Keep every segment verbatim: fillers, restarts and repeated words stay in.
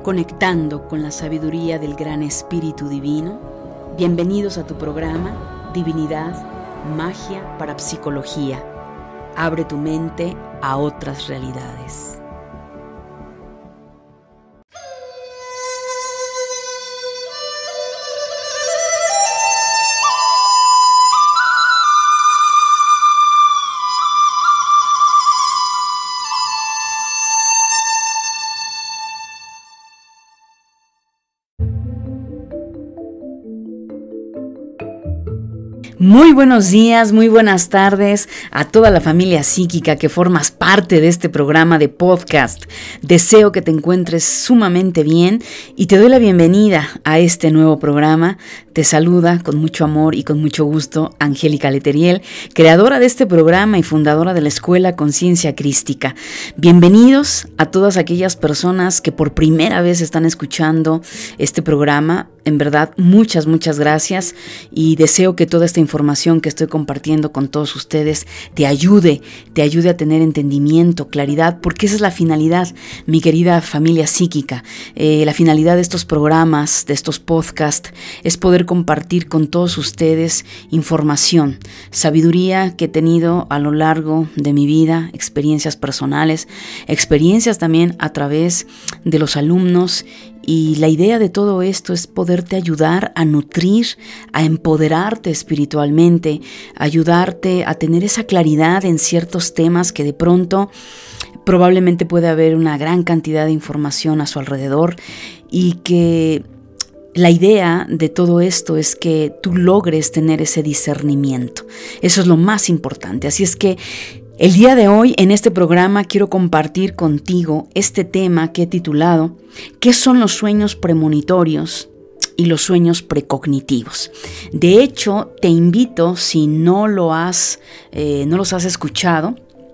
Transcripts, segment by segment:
conectando con la sabiduría del gran Espíritu Divino. Bienvenidos a tu programa Divinidad, Magia para Psicología. Abre tu mente a otras realidades. Muy buenos días, muy buenas tardes a toda la familia psíquica que formas parte de este programa de podcast. Deseo que te encuentres sumamente bien y te doy la bienvenida a este nuevo programa. Te saluda con mucho amor y con mucho gusto Angélica Leteriel, creadora de este programa y fundadora de la Escuela Conciencia Crística. Bienvenidos a todas aquellas personas que por primera vez están escuchando este programa. En verdad, muchas, muchas gracias y deseo que toda esta información que estoy compartiendo con todos ustedes te ayude, te ayude a tener entendimiento, claridad, porque esa es la finalidad, mi querida familia psíquica. Eh, la finalidad de estos programas, de estos podcasts, es poder compartir con todos ustedes información, sabiduría que he tenido a lo largo de mi vida, experiencias personales, experiencias también a través de los alumnos. Y la idea de todo esto es poderte ayudar a nutrir, a empoderarte espiritualmente, ayudarte a tener esa claridad en ciertos temas que de pronto probablemente puede haber una gran cantidad de información a su alrededor y que la idea de todo esto es que tú logres tener ese discernimiento. Eso es lo más importante. Así es que el día de hoy en este programa quiero compartir contigo este tema que he titulado ¿Qué son los sueños premonitorios y los sueños precognitivos? De hecho, te invito, si no lo has, eh, no los has escuchado,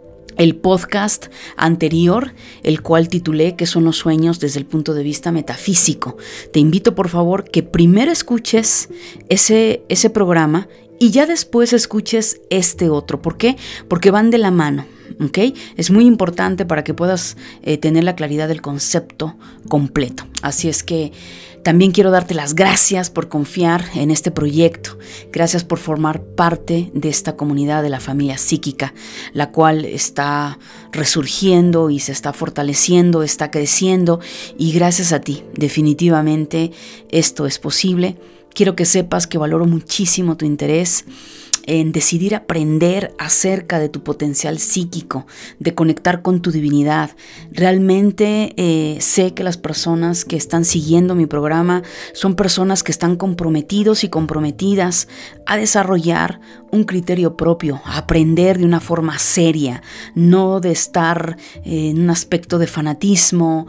el podcast anterior, el cual titulé ¿Qué son los sueños desde el punto de vista metafísico? Te invito por favor que primero escuches ese, ese programa y ya después escuches este otro. ¿Por qué? Porque van de la mano, ¿ok? Es muy importante para que puedas eh, tener la claridad del concepto completo. Así es que también quiero darte las gracias por confiar en este proyecto. Gracias por formar parte de esta comunidad de la familia psíquica, la cual está resurgiendo y se está fortaleciendo, está creciendo. Y gracias a ti, definitivamente esto es posible. Quiero que sepas que valoro muchísimo tu interés en decidir aprender acerca de tu potencial psíquico, de conectar con tu divinidad. Realmente eh, sé que las personas que están siguiendo mi programa son personas que están comprometidos y comprometidas a desarrollar un criterio propio, a aprender de una forma seria, no de estar eh, en un aspecto de fanatismo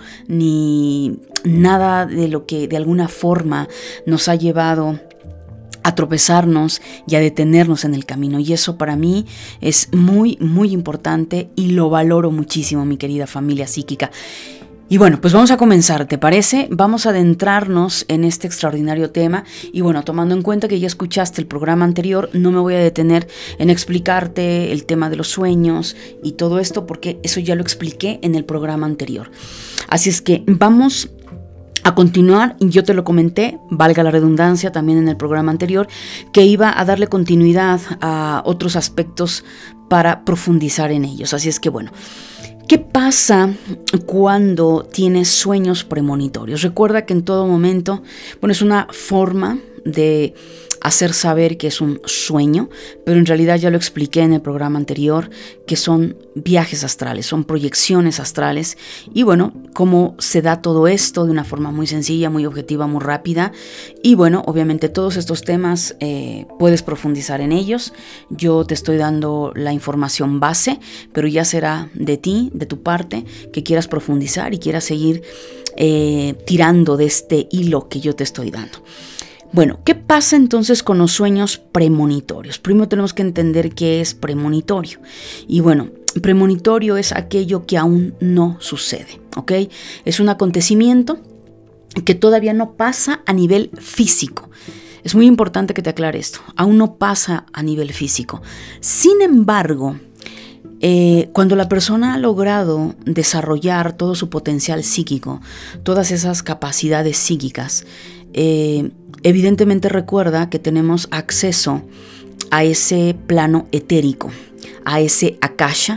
ni nada de lo que de alguna forma nos ha llevado a tropezarnos y a detenernos en el camino. Y eso para mí es muy, muy importante y lo valoro muchísimo, mi querida familia psíquica. Y bueno, pues vamos a comenzar, ¿te parece? Vamos a adentrarnos en este extraordinario tema. Y bueno, tomando en cuenta que ya escuchaste el programa anterior, no me voy a detener en explicarte el tema de los sueños y todo esto, porque eso ya lo expliqué en el programa anterior. Así es que vamos a continuar, yo te lo comenté, valga la redundancia también en el programa anterior, que iba a darle continuidad a otros aspectos para profundizar en ellos. Así es que bueno, ¿qué pasa cuando tienes sueños premonitorios? Recuerda que en todo momento, bueno, es una forma de hacer saber que es un sueño, pero en realidad ya lo expliqué en el programa anterior, que son viajes astrales, son proyecciones astrales. Y bueno, cómo se da todo esto de una forma muy sencilla, muy objetiva, muy rápida. Y bueno, obviamente todos estos temas eh, puedes profundizar en ellos. Yo te estoy dando la información base, pero ya será de ti, de tu parte, que quieras profundizar y quieras seguir eh, tirando de este hilo que yo te estoy dando. Bueno, ¿qué pasa entonces con los sueños premonitorios? Primero tenemos que entender qué es premonitorio. Y bueno, premonitorio es aquello que aún no sucede, ¿ok? Es un acontecimiento que todavía no pasa a nivel físico. Es muy importante que te aclare esto. Aún no pasa a nivel físico. Sin embargo, Eh, cuando la persona ha logrado desarrollar todo su potencial psíquico, todas esas capacidades psíquicas, eh, evidentemente recuerda que tenemos acceso a ese plano etérico, a ese akasha,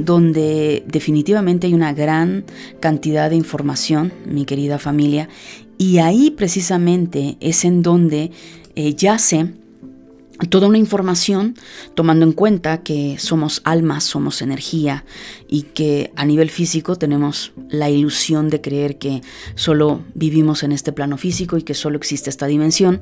donde definitivamente hay una gran cantidad de información, mi querida familia, y ahí precisamente es en donde eh, yace toda una información, tomando en cuenta que somos almas, somos energía y que a nivel físico tenemos la ilusión de creer que solo vivimos en este plano físico y que solo existe esta dimensión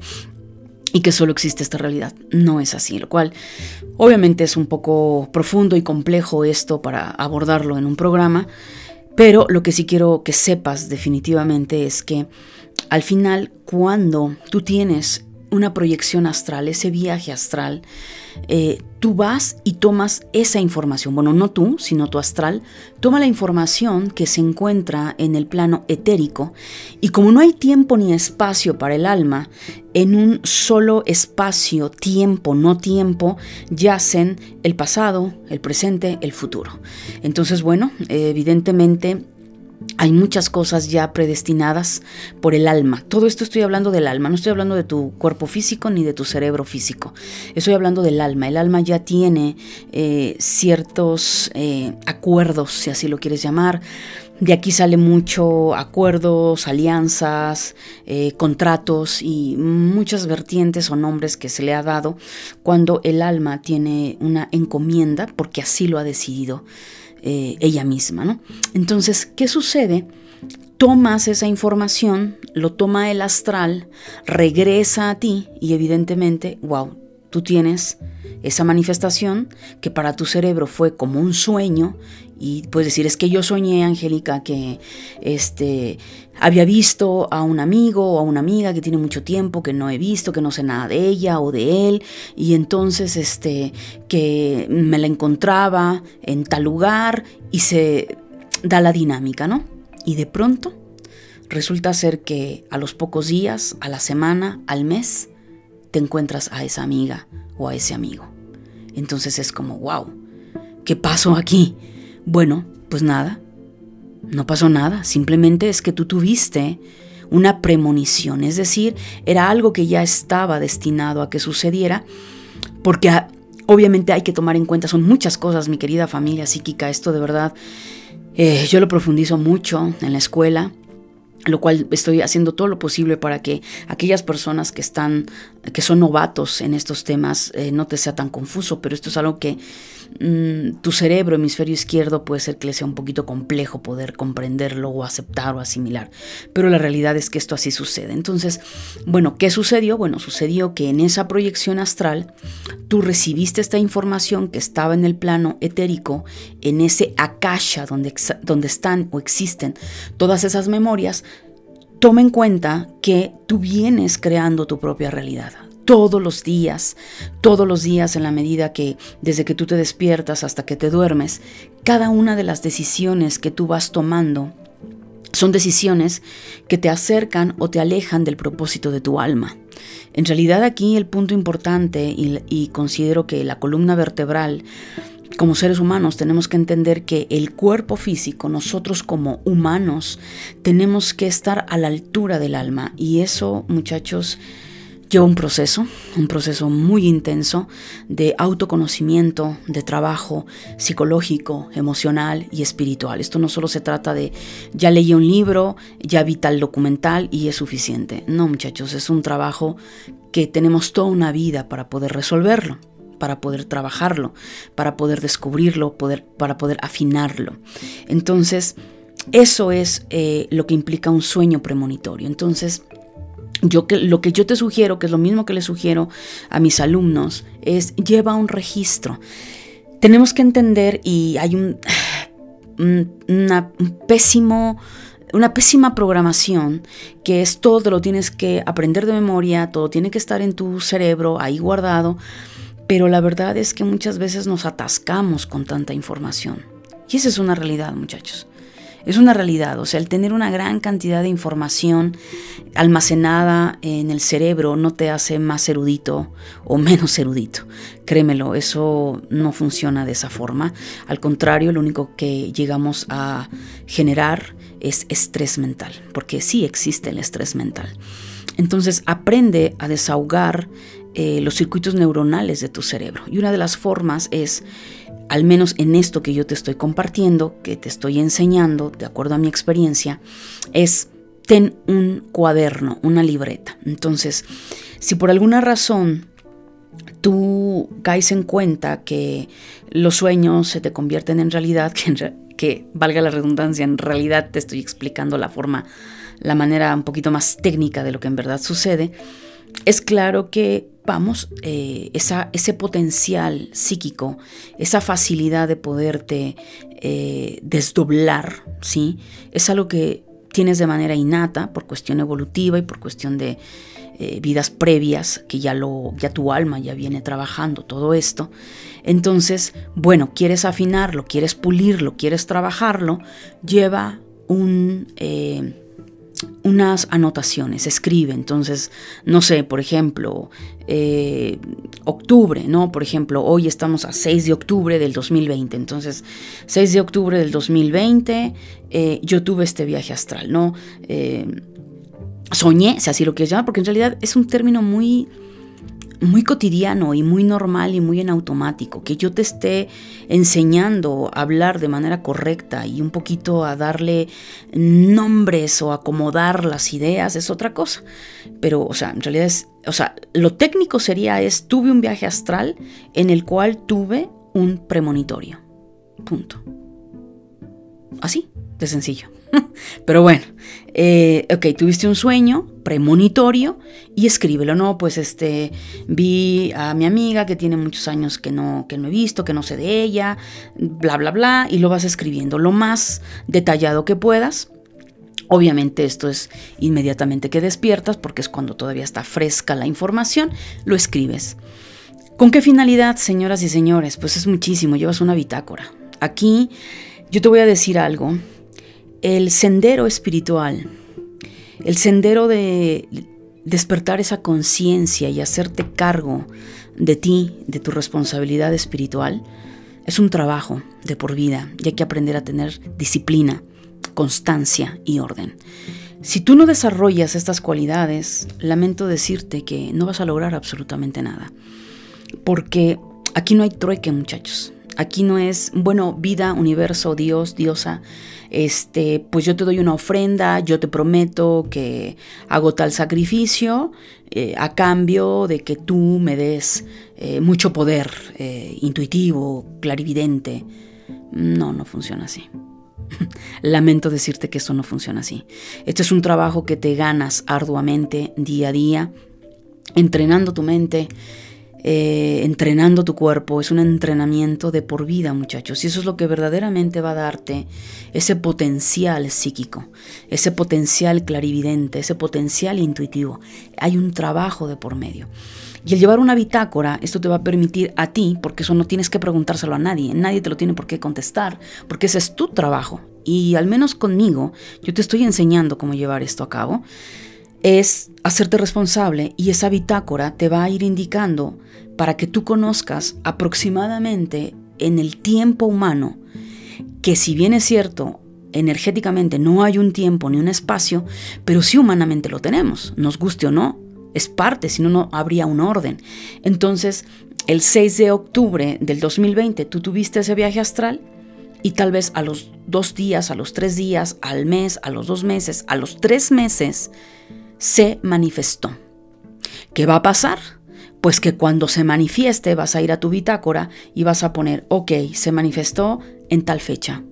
y que solo existe esta realidad. No es así, lo cual obviamente es un poco profundo y complejo esto para abordarlo en un programa, pero lo que sí quiero que sepas definitivamente es que al final, cuando tú tienes una proyección astral, ese viaje astral, eh, tú vas y tomas esa información, bueno, no tú, sino tu astral, toma la información que se encuentra en el plano etérico, y como no hay tiempo ni espacio para el alma, en un solo espacio, tiempo, no tiempo, yacen el pasado, el presente, el futuro. Entonces, bueno, eh, evidentemente hay muchas cosas ya predestinadas por el alma. Todo esto estoy hablando del alma, no estoy hablando de tu cuerpo físico ni de tu cerebro físico. Estoy hablando del alma. El alma ya tiene eh, ciertos eh, acuerdos, si así lo quieres llamar. De aquí sale mucho acuerdos, alianzas, eh, contratos y muchas vertientes o nombres que se le ha dado cuando el alma tiene una encomienda porque así lo ha decidido Eh, ella misma, ¿no? Entonces, ¿qué sucede? Tomas esa información, lo toma el astral, regresa a ti y evidentemente, wow, tú tienes esa manifestación que para tu cerebro fue como un sueño y puedes decir, es que yo soñé, Angélica, que este, había visto a un amigo o a una amiga que tiene mucho tiempo que no he visto, que no sé nada de ella o de él, y entonces este, que me la encontraba en tal lugar y se da la dinámica, ¿no? Y de pronto resulta ser que a los pocos días, a la semana, al mes, te encuentras a esa amiga o a ese amigo. Entonces es como, wow, ¿qué pasó aquí? Bueno, pues nada, no pasó nada, simplemente es que tú tuviste una premonición, es decir, era algo que ya estaba destinado a que sucediera, porque obviamente hay que tomar en cuenta, son muchas cosas, mi querida familia psíquica, esto de verdad, eh, yo lo profundizo mucho en la escuela, lo cual estoy haciendo todo lo posible para que aquellas personas que están, que son novatos en estos temas, eh, no te sea tan confuso, pero esto es algo que mmm, tu cerebro, hemisferio izquierdo, puede ser que le sea un poquito complejo poder comprenderlo o aceptar o asimilar, pero la realidad es que esto así sucede. Entonces, bueno, ¿qué sucedió? Bueno, sucedió que en esa proyección astral, tú recibiste esta información que estaba en el plano etérico, en ese akasha donde, donde están o existen todas esas memorias. Toma en cuenta que tú vienes creando tu propia realidad todos los días, todos los días en la medida que desde que tú te despiertas hasta que te duermes, cada una de las decisiones que tú vas tomando son decisiones que te acercan o te alejan del propósito de tu alma. En realidad aquí el punto importante y, y considero que la columna vertebral, como seres humanos tenemos que entender que el cuerpo físico, nosotros como humanos, tenemos que estar a la altura del alma. Y eso, muchachos, lleva un proceso, un proceso muy intenso de autoconocimiento, de trabajo psicológico, emocional y espiritual. Esto no solo se trata de ya leí un libro, ya vi tal documental y es suficiente. No, muchachos, es un trabajo que tenemos toda una vida para poder resolverlo, para poder trabajarlo, para poder descubrirlo, poder, para poder afinarlo. Entonces, eso es eh, lo que implica un sueño premonitorio. Entonces, yo que, lo que yo te sugiero, que es lo mismo que le sugiero a mis alumnos, es lleva un registro. Tenemos que entender, y hay un, una, un pésimo... Una pésima programación, que es todo te lo tienes que aprender de memoria, todo tiene que estar en tu cerebro, ahí guardado, pero la verdad es que muchas veces nos atascamos con tanta información. Y esa es una realidad, muchachos. Es una realidad, o sea, el tener una gran cantidad de información almacenada en el cerebro no te hace más erudito o menos erudito. Créemelo, eso no funciona de esa forma. Al contrario, lo único que llegamos a generar es estrés mental, porque sí existe el estrés mental. Entonces, aprende a desahogar eh, los circuitos neuronales de tu cerebro. Y una de las formas es, al menos en esto que yo te estoy compartiendo, que te estoy enseñando, de acuerdo a mi experiencia, es ten un cuaderno, una libreta. Entonces, si por alguna razón tú caes en cuenta que los sueños se te convierten en realidad, que, en re- que valga la redundancia, en realidad te estoy explicando la forma, la manera un poquito más técnica de lo que en verdad sucede, es claro que, vamos, eh, esa, ese potencial psíquico, esa facilidad de poderte eh, desdoblar, ¿sí? Es algo que tienes de manera innata por cuestión evolutiva y por cuestión de eh, vidas previas, que ya, lo, ya tu alma ya viene trabajando todo esto. Entonces, bueno, quieres afinarlo, quieres pulirlo, quieres trabajarlo, lleva un... Eh, unas anotaciones, escribe. Entonces, no sé, por ejemplo, eh, octubre, ¿no? Por ejemplo, hoy estamos a seis de octubre del dos mil veinte. Entonces, seis de octubre del dos mil veinte, eh, yo tuve este viaje astral, ¿no? Eh, soñé, si así lo quieres llamar, porque en realidad es un término muy... muy cotidiano y muy normal y muy en automático. Que yo te esté enseñando a hablar de manera correcta y un poquito a darle nombres o acomodar las ideas es otra cosa. Pero, o sea, en realidad es, o sea, lo técnico sería es, tuve un viaje astral en el cual tuve un premonitorio. Punto. Así, de sencillo. Pero bueno, eh, ok, tuviste un sueño premonitorio y escríbelo, ¿no? Pues este, vi a mi amiga que tiene muchos años que no, que no he visto, que no sé de ella, bla, bla, bla, y lo vas escribiendo lo más detallado que puedas. Obviamente esto es inmediatamente que despiertas, porque es cuando todavía está fresca la información, lo escribes. ¿Con qué finalidad, señoras y señores? Pues es muchísimo, llevas una bitácora. Aquí yo te voy a decir algo. El sendero espiritual, el sendero de despertar esa conciencia y hacerte cargo de ti, de tu responsabilidad espiritual, es un trabajo de por vida y hay que aprender a tener disciplina, constancia y orden. Si tú no desarrollas estas cualidades, lamento decirte que no vas a lograr absolutamente nada, porque aquí no hay trueque, muchachos. Aquí no es, bueno, vida, universo, Dios, diosa, este, pues yo te doy una ofrenda, yo te prometo que hago tal sacrificio eh, a cambio de que tú me des eh, mucho poder eh, intuitivo, clarividente. No, no funciona así. Lamento decirte que eso no funciona así. Este es un trabajo que te ganas arduamente día a día, entrenando tu mente, Eh, entrenando tu cuerpo. Es un entrenamiento de por vida, muchachos, y eso es lo que verdaderamente va a darte ese potencial psíquico, ese potencial clarividente, ese potencial intuitivo. Hay un trabajo de por medio. Y el llevar una bitácora, esto te va a permitir a ti, porque eso no tienes que preguntárselo a nadie, nadie te lo tiene por qué contestar, porque ese es tu trabajo. Y al menos conmigo, yo te estoy enseñando cómo llevar esto a cabo. Es hacerte responsable, y esa bitácora te va a ir indicando para que tú conozcas aproximadamente en el tiempo humano, que si bien es cierto, energéticamente no hay un tiempo ni un espacio, pero sí humanamente lo tenemos, nos guste o no, es parte, si no, no habría un orden. Entonces, el seis de octubre del dos mil veinte, tú tuviste ese viaje astral, y tal vez a los dos días, a los tres días, al mes, a los dos meses, a los tres meses, se manifestó. ¿Qué va a pasar? Pues que cuando se manifieste vas a ir a tu bitácora y vas a poner, ok, se manifestó en tal fecha.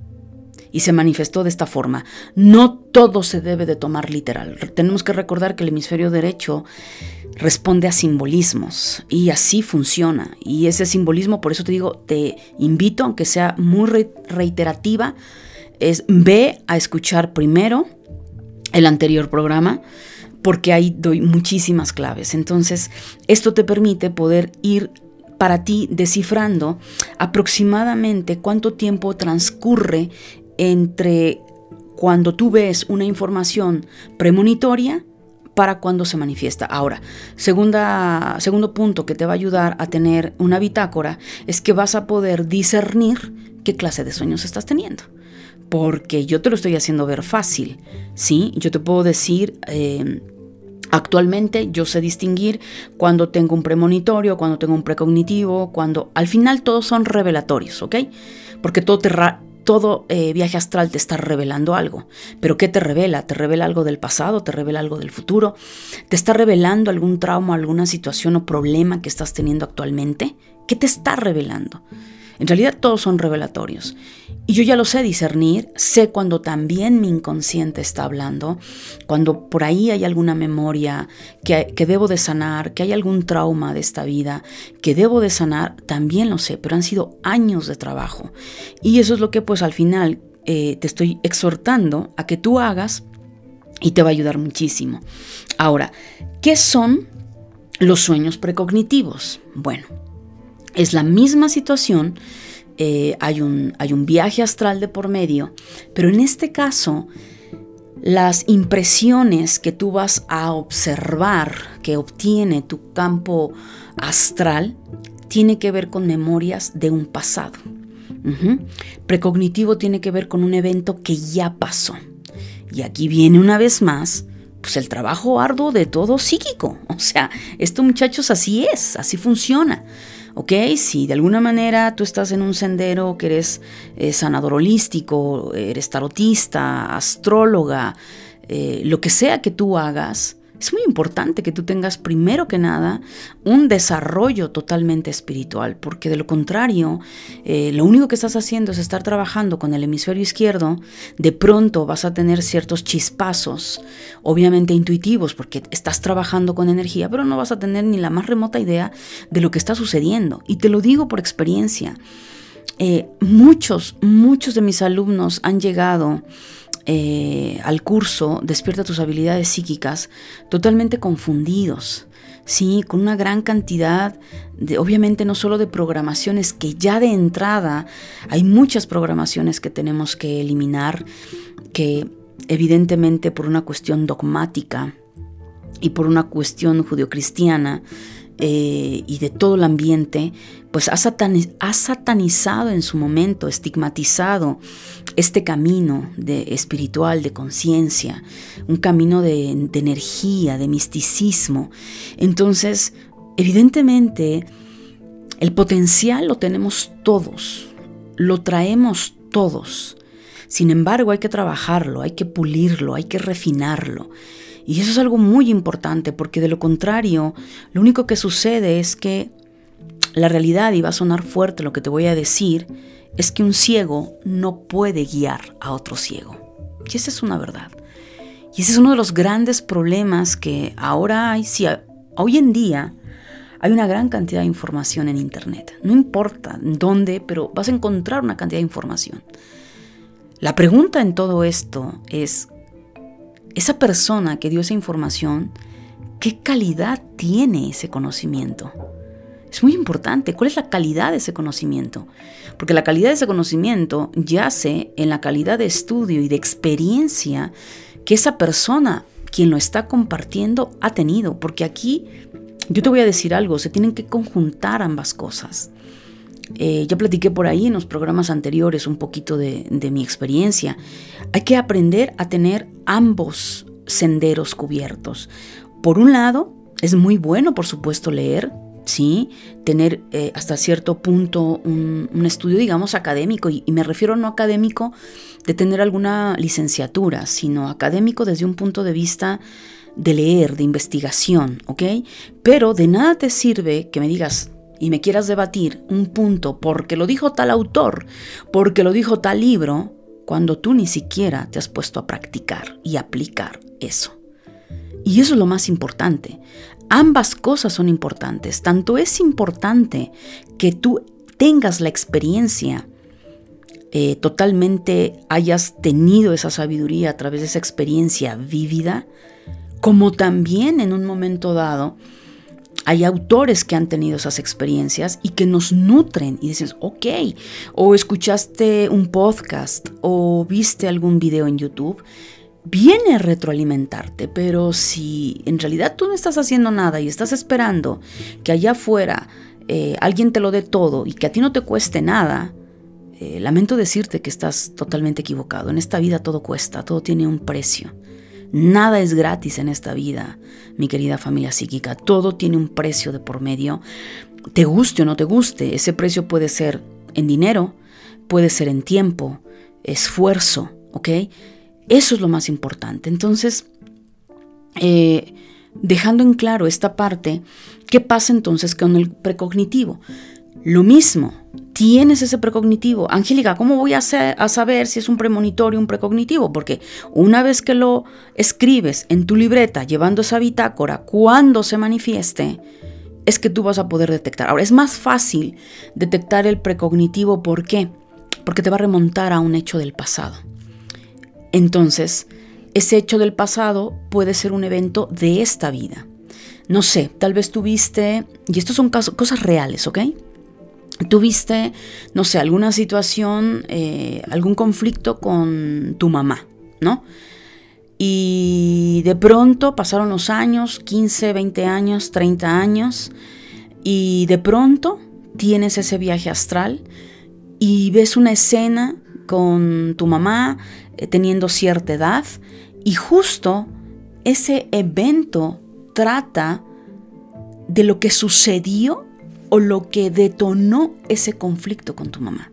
Y se manifestó de esta forma. No todo se debe de tomar literal. Tenemos que recordar que el hemisferio derecho responde a simbolismos y así funciona. Y ese simbolismo, por eso te digo, te invito, aunque sea muy re- reiterativa, es ve a escuchar primero el anterior programa, porque ahí doy muchísimas claves. Entonces, esto te permite poder ir para ti descifrando aproximadamente cuánto tiempo transcurre entre cuando tú ves una información premonitoria para cuando se manifiesta. Ahora, segunda, segundo punto que te va a ayudar a tener una bitácora es que vas a poder discernir qué clase de sueños estás teniendo. Porque yo te lo estoy haciendo ver fácil, ¿sí? Yo te puedo decir, eh, actualmente yo sé distinguir cuando tengo un premonitorio, cuando tengo un precognitivo, cuando al final todos son revelatorios, ¿ok? Porque todo te ra- Todo eh, viaje astral te está revelando algo. ¿Pero qué te revela? ¿Te revela algo del pasado? ¿Te revela algo del futuro? ¿Te está revelando algún trauma, alguna situación o problema que estás teniendo actualmente? ¿Qué te está revelando? En realidad todos son revelatorios. Y yo ya lo sé discernir, sé cuando también mi inconsciente está hablando, cuando por ahí hay alguna memoria que, que debo de sanar, que hay algún trauma de esta vida que debo de sanar, también lo sé, pero han sido años de trabajo. Y eso es lo que pues al final eh, te estoy exhortando a que tú hagas y te va a ayudar muchísimo. Ahora, ¿qué son los sueños precognitivos? Bueno, es la misma situación, eh, hay, un, hay un viaje astral de por medio, pero en este caso, las impresiones que tú vas a observar, que obtiene tu campo astral, tiene que ver con memorias de un pasado. Uh-huh. Precognitivo tiene que ver con un evento que ya pasó. Y aquí viene una vez más, pues el trabajo arduo de todo psíquico. O sea, esto, muchachos, así es, así funciona. ¿Ok? Si de alguna manera tú estás en un sendero que eres eh, sanador holístico, eres tarotista, astróloga, eh, lo que sea que tú hagas, es muy importante que tú tengas primero que nada un desarrollo totalmente espiritual, porque de lo contrario, eh, lo único que estás haciendo es estar trabajando con el hemisferio izquierdo. De pronto vas a tener ciertos chispazos, obviamente intuitivos, porque estás trabajando con energía, pero no vas a tener ni la más remota idea de lo que está sucediendo. Y te lo digo por experiencia. Eh, muchos, muchos de mis alumnos han llegado Eh, al curso Despierta tus habilidades psíquicas totalmente confundidos, sí, con una gran cantidad de, obviamente no solo de programaciones, que ya de entrada hay muchas programaciones que tenemos que eliminar, que evidentemente por una cuestión dogmática y por una cuestión judeocristiana eh, y de todo el ambiente, pues ha, sataniz- ha satanizado en su momento, estigmatizado este camino de espiritual, de conciencia, un camino de, de energía, de misticismo. Entonces, evidentemente, el potencial lo tenemos todos, lo traemos todos. Sin embargo, hay que trabajarlo, hay que pulirlo, hay que refinarlo. Y eso es algo muy importante, porque de lo contrario, lo único que sucede es que la realidad, y va a sonar fuerte lo que te voy a decir, es que un ciego no puede guiar a otro ciego. Y esa es una verdad. Y ese es uno de los grandes problemas que ahora hay. Sí, hoy en día hay una gran cantidad de información en internet. No importa dónde, pero vas a encontrar una cantidad de información. La pregunta en todo esto es, esa persona que dio esa información, ¿qué calidad tiene ese conocimiento? Es muy importante. ¿Cuál es la calidad de ese conocimiento? Porque la calidad de ese conocimiento yace en la calidad de estudio y de experiencia que esa persona, quien lo está compartiendo, ha tenido. Porque aquí, yo te voy a decir algo, se tienen que conjuntar ambas cosas. Eh, ya platiqué por ahí en los programas anteriores un poquito de, de mi experiencia. Hay que aprender a tener ambos senderos cubiertos. Por un lado, es muy bueno, por supuesto, leer, ¿sí? Tener eh, hasta cierto punto un, un estudio, digamos, académico, y, y me refiero no académico de tener alguna licenciatura, sino académico desde un punto de vista de leer, de investigación, ¿ok? Pero de nada te sirve que me digas y me quieras debatir un punto porque lo dijo tal autor, porque lo dijo tal libro, cuando tú ni siquiera te has puesto a practicar y aplicar eso. Y eso es lo más importante. Ambas cosas son importantes. Tanto es importante que tú tengas la experiencia, eh, totalmente hayas tenido esa sabiduría a través de esa experiencia vívida, como también en un momento dado Hay autores que han tenido esas experiencias y que nos nutren y dices, ok, o escuchaste un podcast o viste algún video en YouTube, viene a retroalimentarte, pero si en realidad tú no estás haciendo nada y estás esperando que allá afuera eh, alguien te lo dé todo y que a ti no te cueste nada, eh, lamento decirte que estás totalmente equivocado. En esta vida todo cuesta, todo tiene un precio. Nada es gratis en esta vida, mi querida familia psíquica. Todo tiene un precio de por medio. Te guste o no te guste, ese precio puede ser en dinero, puede ser en tiempo, esfuerzo, ¿ok? Eso es lo más importante. Entonces, eh, dejando en claro esta parte, ¿qué pasa entonces con el precognitivo? Lo mismo, tienes ese precognitivo. Angélica, ¿cómo voy a, hacer, a saber si es un premonitorio o un precognitivo? Porque una vez que lo escribes en tu libreta, llevando esa bitácora, cuando se manifieste, es que tú vas a poder detectar. Ahora, es más fácil detectar el precognitivo. ¿Por qué? Porque te va a remontar a un hecho del pasado. Entonces, ese hecho del pasado puede ser un evento de esta vida. No sé, tal vez tuviste, y estos son casos, cosas reales, ¿ok? Tuviste, no sé, alguna situación, eh, algún conflicto con tu mamá, ¿no? Y de pronto pasaron los años, quince, veinte años, treinta años, y de pronto tienes ese viaje astral y ves una escena con tu mamá eh, teniendo cierta edad, y justo ese evento trata de lo que sucedió o lo que detonó ese conflicto con tu mamá.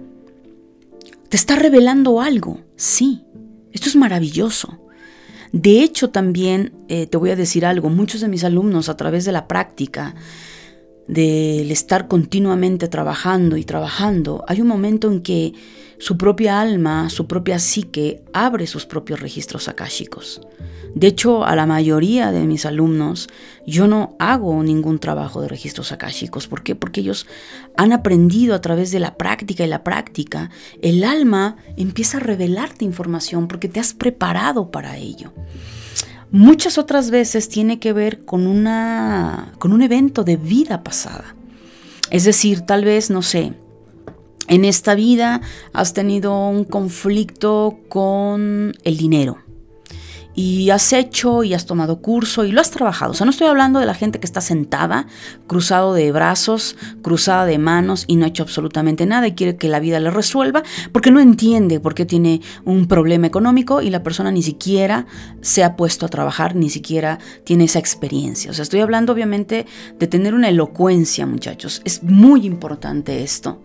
¿Te está revelando algo? Sí, esto es maravilloso. De hecho, también eh, te voy a decir algo, muchos de mis alumnos a través de la práctica, del estar continuamente trabajando y trabajando, hay un momento en que su propia alma, su propia psique abre sus propios registros akáshicos. De hecho, a la mayoría de mis alumnos yo no hago ningún trabajo de registros akáshicos. ¿Por qué? Porque ellos han aprendido a través de la práctica y la práctica. El alma empieza a revelarte información porque te has preparado para ello. Muchas otras veces tiene que ver con, una, con un evento de vida pasada. Es decir, tal vez, no sé, en esta vida has tenido un conflicto con el dinero. Y has hecho y has tomado curso y lo has trabajado. O sea, no estoy hablando de la gente que está sentada, cruzado de brazos, cruzada de manos y no ha hecho absolutamente nada y quiere que la vida le resuelva porque no entiende por qué tiene un problema económico y la persona ni siquiera se ha puesto a trabajar, ni siquiera tiene esa experiencia. O sea, estoy hablando obviamente de tener una elocuencia, muchachos. Es muy importante esto.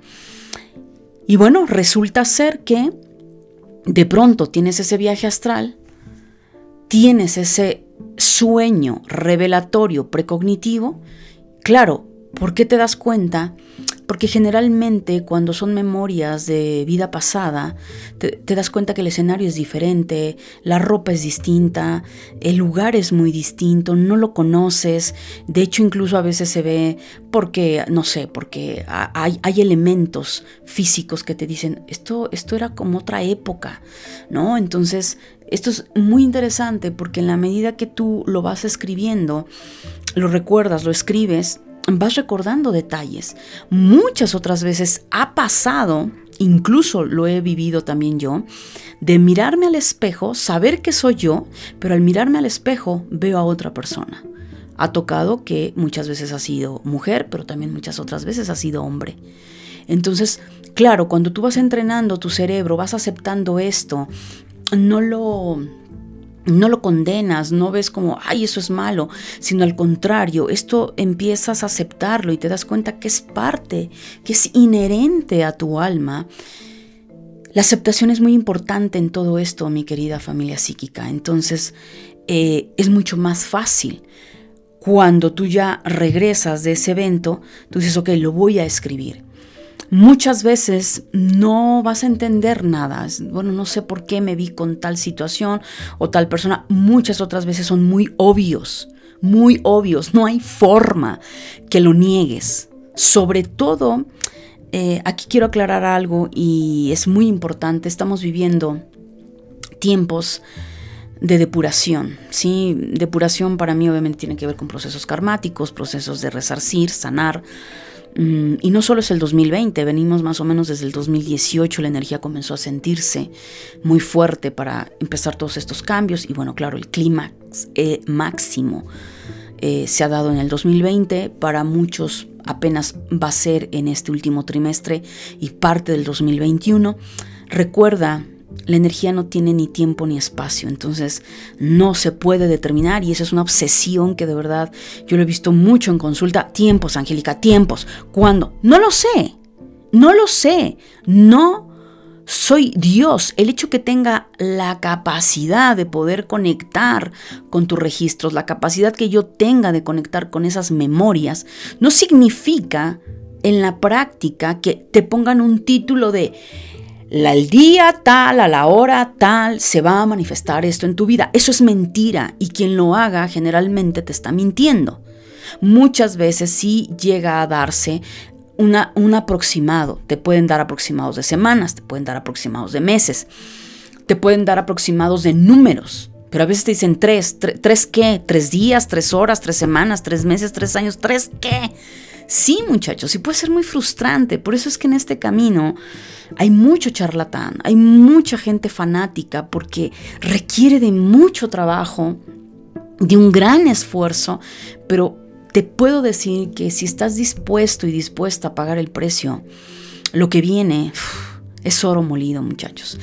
Y bueno, resulta ser que de pronto tienes ese viaje astral, tienes ese sueño revelatorio precognitivo. Claro, ¿por qué te das cuenta? Porque generalmente cuando son memorias de vida pasada, te, te das cuenta que el escenario es diferente, la ropa es distinta, el lugar es muy distinto, no lo conoces. De hecho, incluso a veces se ve porque, no sé, porque hay, hay elementos físicos que te dicen, esto, esto era como otra época, ¿no? Entonces, esto es muy interesante porque en la medida que tú lo vas escribiendo, lo recuerdas, lo escribes, vas recordando detalles. Muchas otras veces ha pasado, incluso lo he vivido también yo, de mirarme al espejo, saber que soy yo, pero al mirarme al espejo veo a otra persona. Ha tocado que muchas veces ha sido mujer, pero también muchas otras veces ha sido hombre. Entonces, claro, cuando tú vas entrenando tu cerebro, vas aceptando esto, no lo... No lo condenas, no ves como, ay, eso es malo, sino al contrario, esto empiezas a aceptarlo y te das cuenta que es parte, que es inherente a tu alma. La aceptación es muy importante en todo esto, mi querida familia psíquica. Entonces, eh, es mucho más fácil. Cuando tú ya regresas de ese evento, tú dices, ok, lo voy a escribir. Muchas veces no vas a entender nada. Bueno, no sé por qué me vi con tal situación o tal persona. Muchas otras veces son muy obvios, muy obvios. No hay forma que lo niegues. Sobre todo, eh, aquí quiero aclarar algo y es muy importante. Estamos viviendo tiempos de depuración, ¿sí? Depuración para mí obviamente tiene que ver con procesos karmáticos, procesos de resarcir, sanar. Y no solo es el dos mil veinte, venimos más o menos desde el dos mil dieciocho, la energía comenzó a sentirse muy fuerte para empezar todos estos cambios. Y bueno, claro, el clímax eh, máximo eh, se ha dado en el dos mil veinte, para muchos apenas va a ser en este último trimestre y parte del dos mil veintiuno. Recuerda, la energía no tiene ni tiempo ni espacio, entonces no se puede determinar, y esa es una obsesión que de verdad yo lo he visto mucho en consulta. Tiempos, Angélica, tiempos. ¿Cuándo? No lo sé, no lo sé, no soy Dios. El hecho que tenga la capacidad de poder conectar con tus registros, la capacidad que yo tenga de conectar con esas memorias, no significa en la práctica que te pongan un título de el día tal, a la hora tal, se va a manifestar esto en tu vida. Eso es mentira, y quien lo haga generalmente te está mintiendo. Muchas veces sí llega a darse una, un aproximado. Te pueden dar aproximados de semanas, te pueden dar aproximados de meses, te pueden dar aproximados de números. Pero a veces te dicen tres, tre- ¿tres qué? ¿Tres días, tres horas, tres semanas, tres meses, tres años? ¿Tres qué? Sí, muchachos, y puede ser muy frustrante. Por eso es que en este camino hay mucho charlatán, hay mucha gente fanática, porque requiere de mucho trabajo, de un gran esfuerzo, pero te puedo decir que si estás dispuesto y dispuesta a pagar el precio, lo que viene uf, es oro molido, muchachos.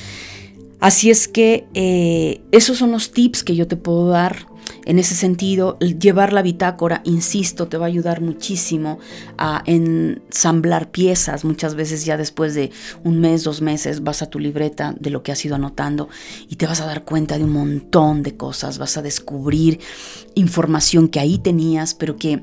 Así es que eh, esos son los tips que yo te puedo dar. En ese sentido, llevar la bitácora, insisto, te va a ayudar muchísimo a ensamblar piezas. Muchas veces ya después de un mes, dos meses, vas a tu libreta de lo que has ido anotando y te vas a dar cuenta de un montón de cosas. Vas a descubrir información que ahí tenías, pero que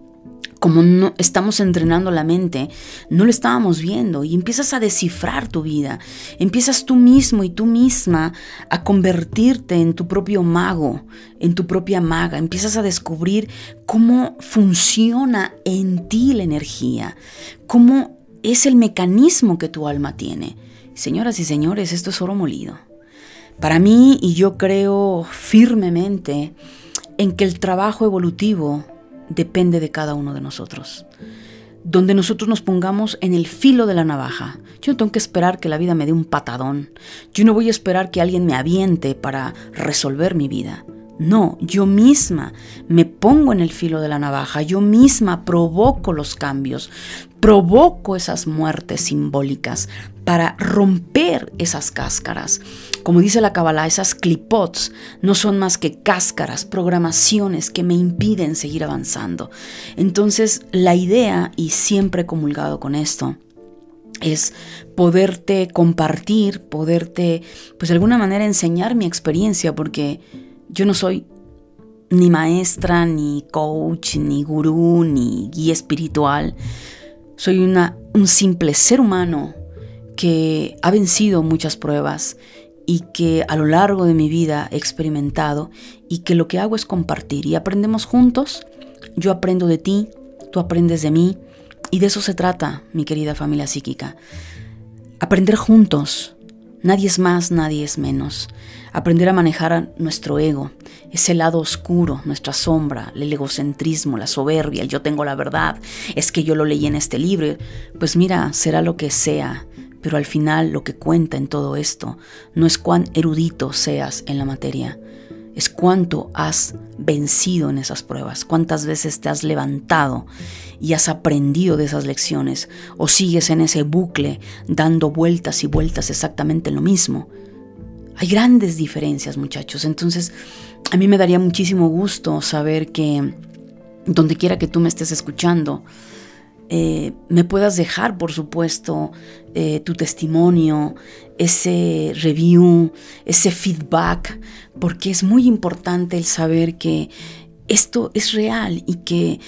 como no estamos entrenando la mente, no lo estábamos viendo, y empiezas a descifrar tu vida. Empiezas tú mismo y tú misma a convertirte en tu propio mago, en tu propia maga. Empiezas a descubrir cómo funciona en ti la energía, cómo es el mecanismo que tu alma tiene. Señoras y señores, esto es oro molido. Para mí, y yo creo firmemente en que el trabajo evolutivo depende de cada uno de nosotros. Donde nosotros nos pongamos en el filo de la navaja. Yo no tengo que esperar que la vida me dé un patadón. Yo no voy a esperar que alguien me aviente para resolver mi vida. No, yo misma me pongo en el filo de la navaja. Yo misma provoco los cambios. Provoco esas muertes simbólicas para romper esas cáscaras. Como dice la Kabbalah, esas clipots no son más que cáscaras, programaciones que me impiden seguir avanzando. Entonces, la idea, y siempre he comulgado con esto, es poderte compartir, poderte, pues de alguna manera enseñar mi experiencia, porque yo no soy ni maestra, ni coach, ni gurú, ni guía espiritual. Soy una, un simple ser humano que ha vencido muchas pruebas y que a lo largo de mi vida he experimentado, y que lo que hago es compartir, y aprendemos juntos. Yo aprendo de ti, tú aprendes de mí, y de eso se trata, mi querida familia psíquica. Aprender juntos. Nadie es más, nadie es menos. Aprender a manejar nuestro ego, ese lado oscuro, nuestra sombra, el egocentrismo, la soberbia, el yo tengo la verdad, es que yo lo leí en este libro. Pues mira, será lo que sea, pero al final lo que cuenta en todo esto no es cuán erudito seas en la materia, es cuánto has vencido en esas pruebas, cuántas veces te has levantado y has aprendido de esas lecciones, o sigues en ese bucle dando vueltas y vueltas exactamente en lo mismo. Hay grandes diferencias, muchachos. Entonces, a mí me daría muchísimo gusto saber que donde quiera que tú me estés escuchando, eh, me puedas dejar, por supuesto, eh, tu testimonio, ese review, ese feedback, porque es muy importante el saber que esto es real, y que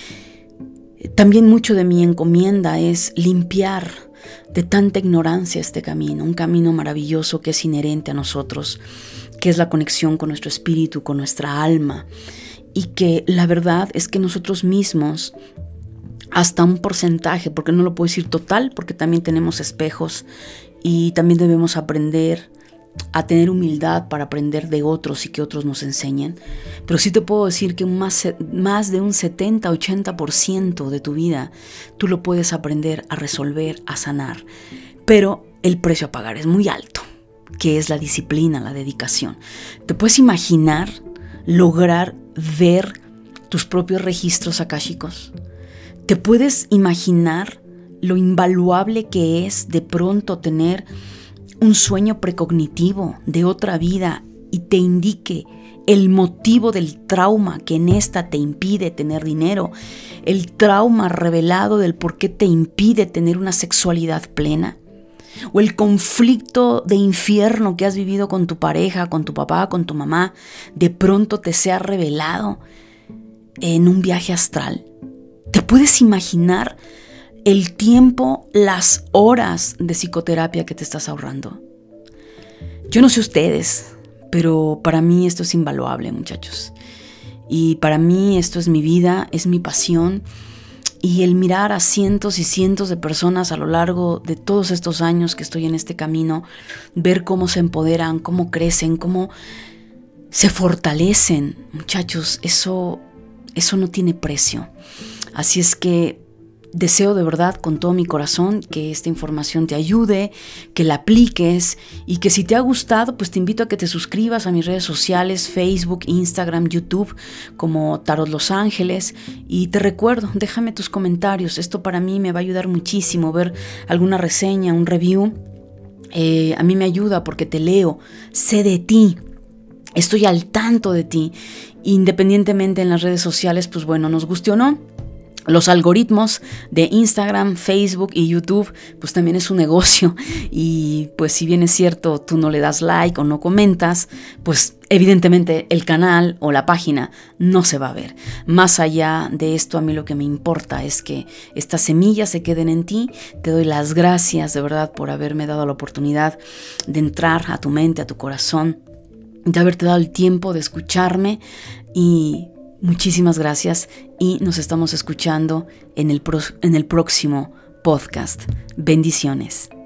también mucho de mi encomienda es limpiar de tanta ignorancia este camino, un camino maravilloso que es inherente a nosotros, que es la conexión con nuestro espíritu, con nuestra alma, y que la verdad es que nosotros mismos, hasta un porcentaje, porque no lo puedo decir total, porque también tenemos espejos y también debemos aprender a tener humildad para aprender de otros y que otros nos enseñen, pero sí te puedo decir que más, más de un setenta a ochenta por ciento de tu vida tú lo puedes aprender a resolver, a sanar, pero el precio a pagar es muy alto, que es la disciplina, la dedicación. ¿Te puedes imaginar lograr ver tus propios registros akáshicos? ¿Te puedes imaginar lo invaluable que es de pronto tener un sueño precognitivo de otra vida y te indique el motivo del trauma que en esta te impide tener dinero, el trauma revelado del por qué te impide tener una sexualidad plena, o el conflicto de infierno que has vivido con tu pareja, con tu papá, con tu mamá, de pronto te sea revelado en un viaje astral? ¿Te puedes imaginar el tiempo, las horas de psicoterapia que te estás ahorrando? Yo no sé ustedes, pero para mí esto es invaluable, muchachos. Y para mí esto es mi vida, es mi pasión. Y el mirar a cientos y cientos de personas a lo largo de todos estos años que estoy en este camino, ver cómo se empoderan, cómo crecen, cómo se fortalecen, muchachos, eso, eso no tiene precio. Así es que deseo de verdad con todo mi corazón que esta información te ayude, que la apliques y que si te ha gustado, pues te invito a que te suscribas a mis redes sociales, Facebook, Instagram, YouTube, como Tarot Los Ángeles. Y te recuerdo, déjame tus comentarios. Esto para mí me va a ayudar muchísimo, ver alguna reseña, un review. Eh, a mí me ayuda porque te leo, sé de ti. Estoy al tanto de ti. Independientemente en las redes sociales, pues bueno, nos guste o no, los algoritmos de Instagram, Facebook y YouTube, pues también es un negocio. Y pues si bien es cierto, tú no le das like o no comentas, pues evidentemente el canal o la página no se va a ver. Más allá de esto, a mí lo que me importa es que estas semillas se queden en ti. Te doy las gracias de verdad por haberme dado la oportunidad de entrar a tu mente, a tu corazón, de haberte dado el tiempo de escucharme y muchísimas gracias y nos estamos escuchando en el, pro- en el próximo podcast. Bendiciones.